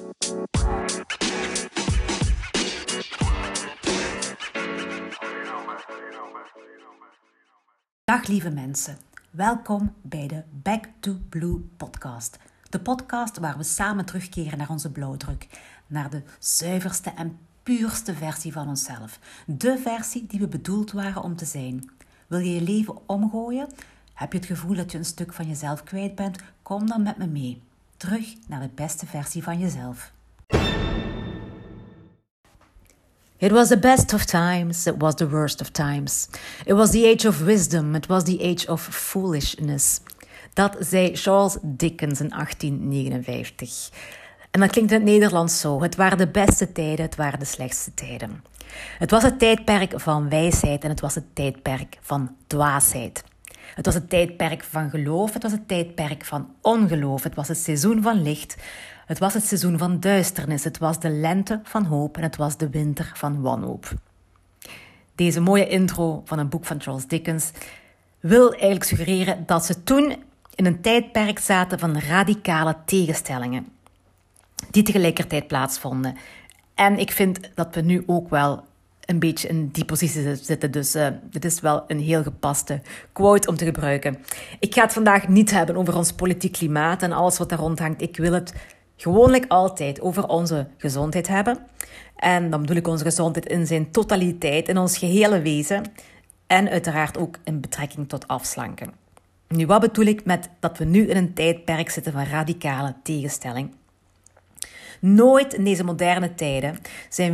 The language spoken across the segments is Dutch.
Dag lieve mensen, welkom bij de Back to Blue podcast. De podcast waar we samen terugkeren naar onze blauwdruk. Naar de zuiverste en puurste versie van onszelf. De versie die we bedoeld waren om te zijn. Wil je je leven omgooien? Heb je het gevoel dat je een stuk van jezelf kwijt bent? Kom dan met me mee. Terug naar de beste versie van jezelf. It was the best of times, it was the worst of times. It was the age of wisdom, it was the age of foolishness. Dat zei Charles Dickens in 1859. En dat klinkt in het Nederlands zo. Het waren de beste tijden, het waren de slechtste tijden. Het was het tijdperk van wijsheid en het was het tijdperk van dwaasheid. Het was het tijdperk van geloof, het was het tijdperk van ongeloof. Het was het seizoen van licht, het was het seizoen van duisternis. Het was de lente van hoop en het was de winter van wanhoop. Deze mooie intro van een boek van Charles Dickens wil eigenlijk suggereren dat ze toen in een tijdperk zaten van radicale tegenstellingen die tegelijkertijd plaatsvonden. En ik vind dat we nu ook wel een beetje in die positie zitten. Dus dit is wel een heel gepaste quote om te gebruiken. Ik ga het vandaag niet hebben over ons politiek klimaat en alles wat daar rond hangt. Ik wil het gewoonlijk altijd over onze gezondheid hebben. En dan bedoel ik onze gezondheid in zijn totaliteit, in ons gehele wezen. En uiteraard ook in betrekking tot afslanken. Nu, wat bedoel ik met dat we nu in een tijdperk zitten van radicale tegenstelling? Nooit in deze moderne tijden zijn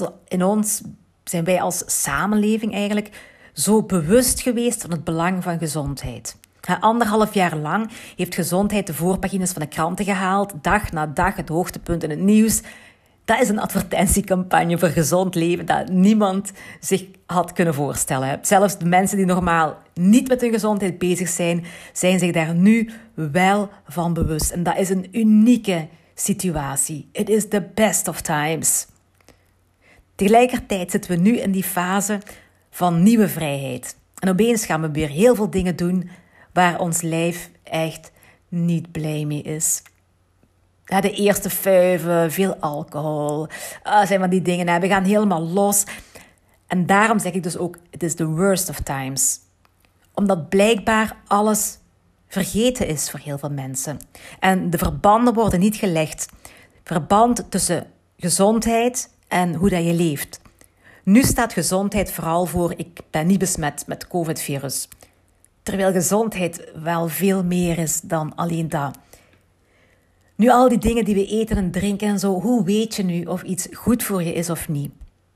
wij als samenleving eigenlijk zo bewust geweest van het belang van gezondheid. 1,5 jaar lang heeft gezondheid de voorpagina's van de kranten gehaald, dag na dag het hoogtepunt in het nieuws. Dat is een advertentiecampagne voor gezond leven dat niemand zich had kunnen voorstellen. Zelfs de mensen die normaal niet met hun gezondheid bezig zijn zich daar nu wel van bewust. En dat is een unieke situatie. It is the best of times. Tegelijkertijd zitten we nu in die fase van nieuwe vrijheid. En opeens gaan we weer heel veel dingen doen waar ons lijf echt niet blij mee is. De eerste fuiven, veel alcohol, zijn van die dingen. We gaan helemaal los. En daarom zeg ik dus ook, it is the worst of times. Omdat blijkbaar alles vergeten is voor heel veel mensen. En de verbanden worden niet gelegd. Verband tussen gezondheid en hoe dat je leeft. Nu staat gezondheid vooral voor, ik ben niet besmet met COVID-virus. Terwijl gezondheid wel veel meer is dan alleen dat. Nu al die dingen die we eten en drinken en zo, hoe weet je nu of iets goed voor je is of niet?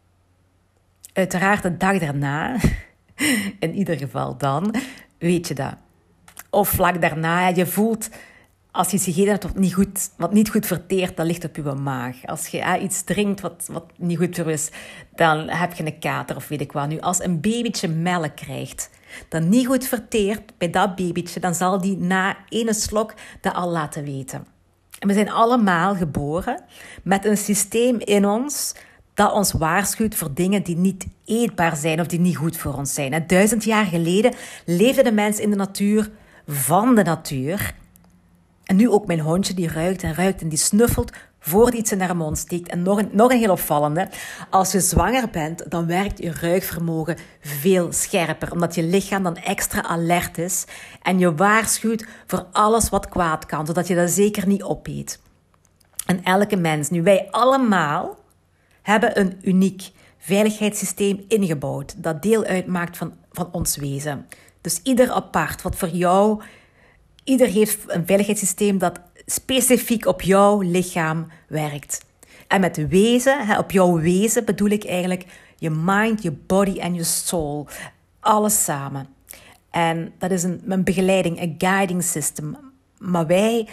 Uiteraard de dag daarna, in ieder geval dan, weet je dat. Of vlak daarna, je voelt, als je iets gegeten hebt wat niet goed verteert, dat ligt op je maag. Als je iets drinkt wat niet goed voor is, dan heb je een kater of weet ik wat. Nu, als een babytje melk krijgt, dat niet goed verteert bij dat babytje, dan zal die na 1 slok dat al laten weten. En we zijn allemaal geboren met een systeem in ons dat ons waarschuwt voor dingen die niet eetbaar zijn of die niet goed voor ons zijn. 1000 jaar geleden leefde de mens in de natuur van de natuur. En nu ook mijn hondje, die ruikt en die snuffelt voordat iets in haar mond steekt. En nog een heel opvallende. Als je zwanger bent, dan werkt je ruikvermogen veel scherper. Omdat je lichaam dan extra alert is. En je waarschuwt voor alles wat kwaad kan. Zodat je dat zeker niet opeet. En elke mens, nu wij allemaal, hebben een uniek veiligheidssysteem ingebouwd. Dat deel uitmaakt van ons wezen. Dus ieder apart, wat voor jou... Ieder heeft een veiligheidssysteem dat specifiek op jouw lichaam werkt. En met wezen, op jouw wezen bedoel ik eigenlijk je mind, je body en je soul. Alles samen. En dat is een begeleiding, een guiding system. Maar wij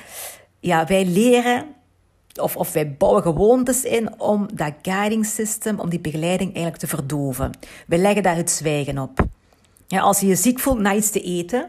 leren, of wij bouwen gewoontes in om dat guiding system, om die begeleiding eigenlijk te verdoven. Wij leggen daar het zwijgen op. Ja, als je je ziek voelt na iets te eten,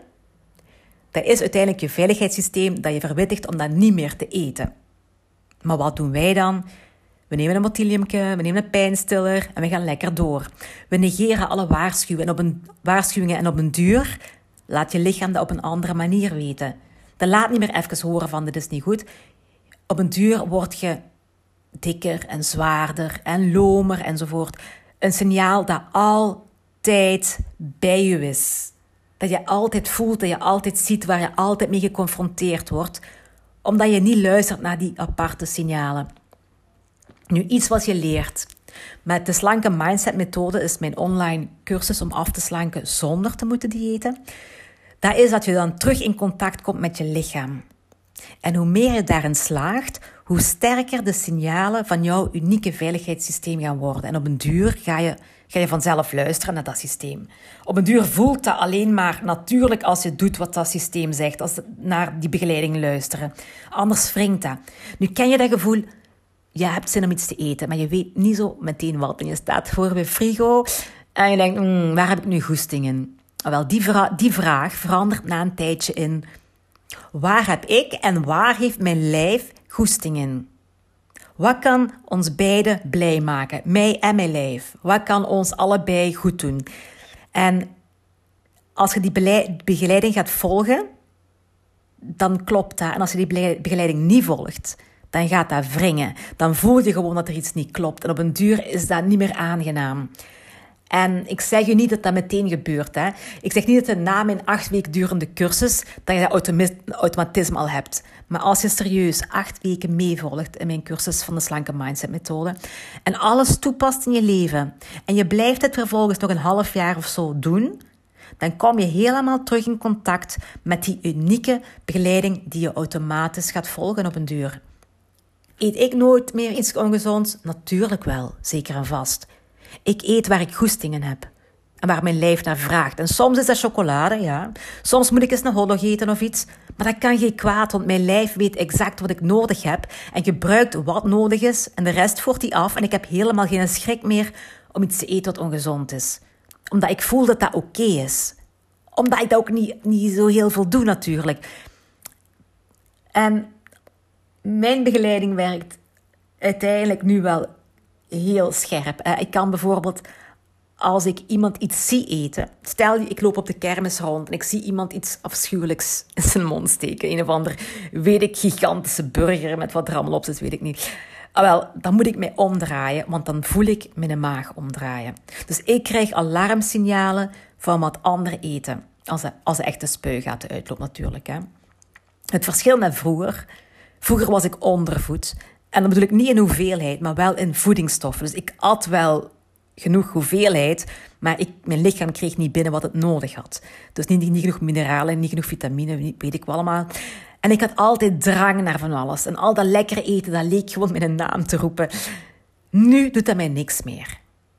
dat is uiteindelijk je veiligheidssysteem dat je verwittigt om dat niet meer te eten. Maar wat doen wij dan? We nemen een Motiliumke, we nemen een pijnstiller en we gaan lekker door. We negeren alle waarschuwingen en op een duur laat je lichaam dat op een andere manier weten. Dat laat niet meer even horen van dit is niet goed. Op een duur word je dikker en zwaarder en lomer enzovoort. Een signaal dat altijd bij je is. Dat je altijd voelt, dat je altijd ziet, waar je altijd mee geconfronteerd wordt. Omdat je niet luistert naar die aparte signalen. Nu, iets wat je leert. Met de slanke mindset methode is mijn online cursus om af te slanken zonder te moeten diëten. Dat is dat je dan terug in contact komt met je lichaam. En hoe meer je daarin slaagt, hoe sterker de signalen van jouw unieke veiligheidssysteem gaan worden. En op een duur ga je vanzelf luisteren naar dat systeem. Op een duur voelt dat alleen maar natuurlijk als je doet wat dat systeem zegt, als naar die begeleiding luisteren. Anders wringt dat. Nu ken je dat gevoel, je hebt zin om iets te eten, maar je weet niet zo meteen wat. En je staat voor de frigo en je denkt, waar heb ik nu goesting in? Wel, die vraag verandert na een tijdje in, waar heb ik en waar heeft mijn lijf goesting in? Wat kan ons beiden blij maken? Mij en mijn lijf. Wat kan ons allebei goed doen? En als je die begeleiding gaat volgen, dan klopt dat. En als je die begeleiding niet volgt, dan gaat dat wringen. Dan voel je gewoon dat er iets niet klopt. En op een duur is dat niet meer aangenaam. En ik zeg je niet dat dat meteen gebeurt. Hè. Ik zeg niet dat na mijn 8 weken durende cursus, dat je dat automatisme al hebt. Maar als je serieus 8 weken meevolgt in mijn cursus van de slanke mindset methode en alles toepast in je leven en je blijft het vervolgens nog een half jaar of zo doen, dan kom je helemaal terug in contact met die unieke begeleiding die je automatisch gaat volgen op een duur. Eet ik nooit meer iets ongezonds? Natuurlijk wel, zeker en vast. Ik eet waar ik goestingen heb. En waar mijn lijf naar vraagt. En soms is dat chocolade, ja. Soms moet ik eens een hotdog eten of iets. Maar dat kan geen kwaad, want mijn lijf weet exact wat ik nodig heb. En gebruikt wat nodig is. En de rest voert hij af. En ik heb helemaal geen schrik meer om iets te eten wat ongezond is. Omdat ik voel dat dat oké is. Omdat ik dat ook niet zo heel veel doe natuurlijk. En mijn begeleiding werkt uiteindelijk nu wel heel scherp. Ik kan bijvoorbeeld, als ik iemand iets zie eten, stel je, ik loop op de kermis rond en ik zie iemand iets afschuwelijks in zijn mond steken. Een of ander, weet ik, gigantische burger met wat er allemaal op zit, weet ik niet. Wel, dan moet ik mij omdraaien, want dan voel ik mijn maag omdraaien. Dus ik krijg alarmsignalen van wat anderen eten. Als ze echt de spuigaten uitloopt natuurlijk. Hè. Het verschil met vroeger. Vroeger was ik ondervoed. En dan bedoel ik niet in hoeveelheid, maar wel in voedingsstoffen. Dus ik at wel genoeg hoeveelheid, maar mijn lichaam kreeg niet binnen wat het nodig had. Dus niet genoeg mineralen, niet genoeg vitamine, weet ik wel allemaal. En ik had altijd drang naar van alles. En al dat lekkere eten, dat leek gewoon mijn naam te roepen. Nu doet dat mij niks meer.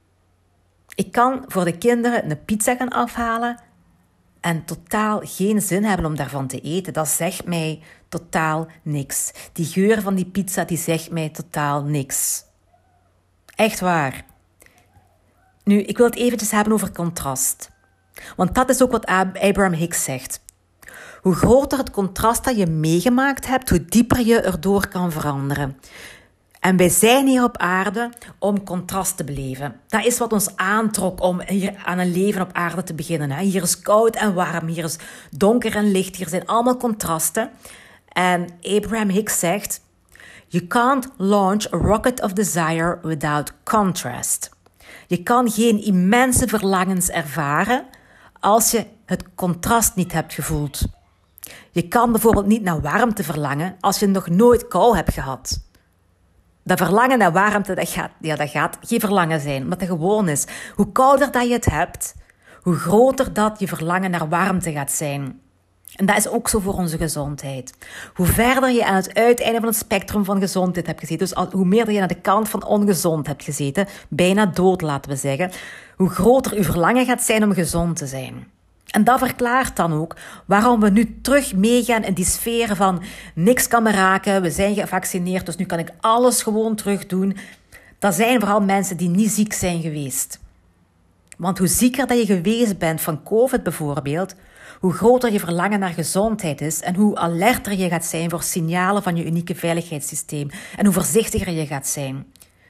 Ik kan voor de kinderen een pizza gaan afhalen en totaal geen zin hebben om daarvan te eten. Dat zegt mij totaal niks. Die geur van die pizza, die zegt mij totaal niks. Echt waar. Nu, ik wil het eventjes hebben over contrast. Want dat is ook wat Abraham Hicks zegt. Hoe groter het contrast dat je meegemaakt hebt, hoe dieper je erdoor kan veranderen. En wij zijn hier op aarde om contrast te beleven. Dat is wat ons aantrok om hier aan een leven op aarde te beginnen. Hier is koud en warm, hier is donker en licht, hier zijn allemaal contrasten. En Abraham Hicks zegt, You can't launch a rocket of desire without contrast. Je kan geen immense verlangens ervaren als je het contrast niet hebt gevoeld. Je kan bijvoorbeeld niet naar warmte verlangen als je nog nooit kou hebt gehad. Dat verlangen naar warmte, dat gaat geen verlangen zijn, omdat het gewoon is. Hoe kouder dat je het hebt, hoe groter dat je verlangen naar warmte gaat zijn. En dat is ook zo voor onze gezondheid. Hoe verder je aan het uiteinde van het spectrum van gezondheid hebt gezeten, dus hoe meer je naar de kant van ongezond hebt gezeten, bijna dood laten we zeggen, hoe groter je verlangen gaat zijn om gezond te zijn. En dat verklaart dan ook waarom we nu terug meegaan in die sfeer van niks kan me raken, we zijn gevaccineerd, dus nu kan ik alles gewoon terug doen. Dat zijn vooral mensen die niet ziek zijn geweest. Want hoe zieker dat je geweest bent van COVID bijvoorbeeld, hoe groter je verlangen naar gezondheid is en hoe alerter je gaat zijn voor signalen van je unieke veiligheidssysteem en hoe voorzichtiger je gaat zijn.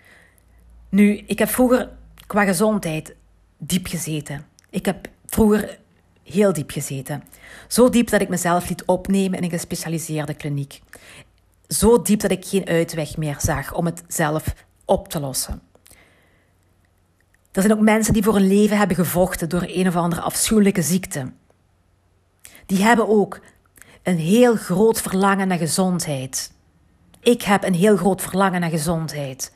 Nu, ik heb vroeger qua gezondheid diep gezeten. Ik heb vroeger heel diep gezeten. Zo diep dat ik mezelf liet opnemen in een gespecialiseerde kliniek. zo diep dat ik geen uitweg meer zag om het zelf op te lossen. Er zijn ook mensen die voor hun leven hebben gevochten door een of andere afschuwelijke ziekte. Die hebben ook een heel groot verlangen naar gezondheid. Ik heb een heel groot verlangen naar gezondheid.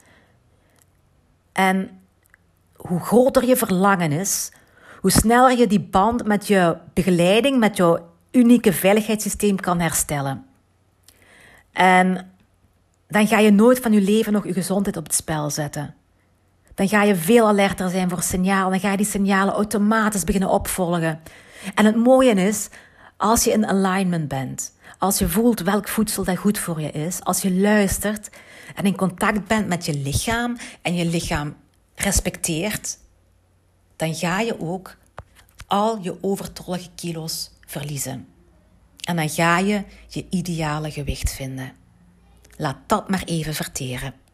En hoe groter je verlangen is, hoe sneller je die band met je begeleiding, met jouw unieke veiligheidssysteem kan herstellen. En dan ga je nooit van je leven nog je gezondheid op het spel zetten. Dan ga je veel alerter zijn voor signalen. Dan ga je die signalen automatisch beginnen opvolgen. En het mooie is, als je in alignment bent, als je voelt welk voedsel dat goed voor je is, als je luistert en in contact bent met je lichaam en je lichaam respecteert, dan ga je ook al je overtollige kilo's verliezen. En dan ga je je ideale gewicht vinden. Laat dat maar even verteren.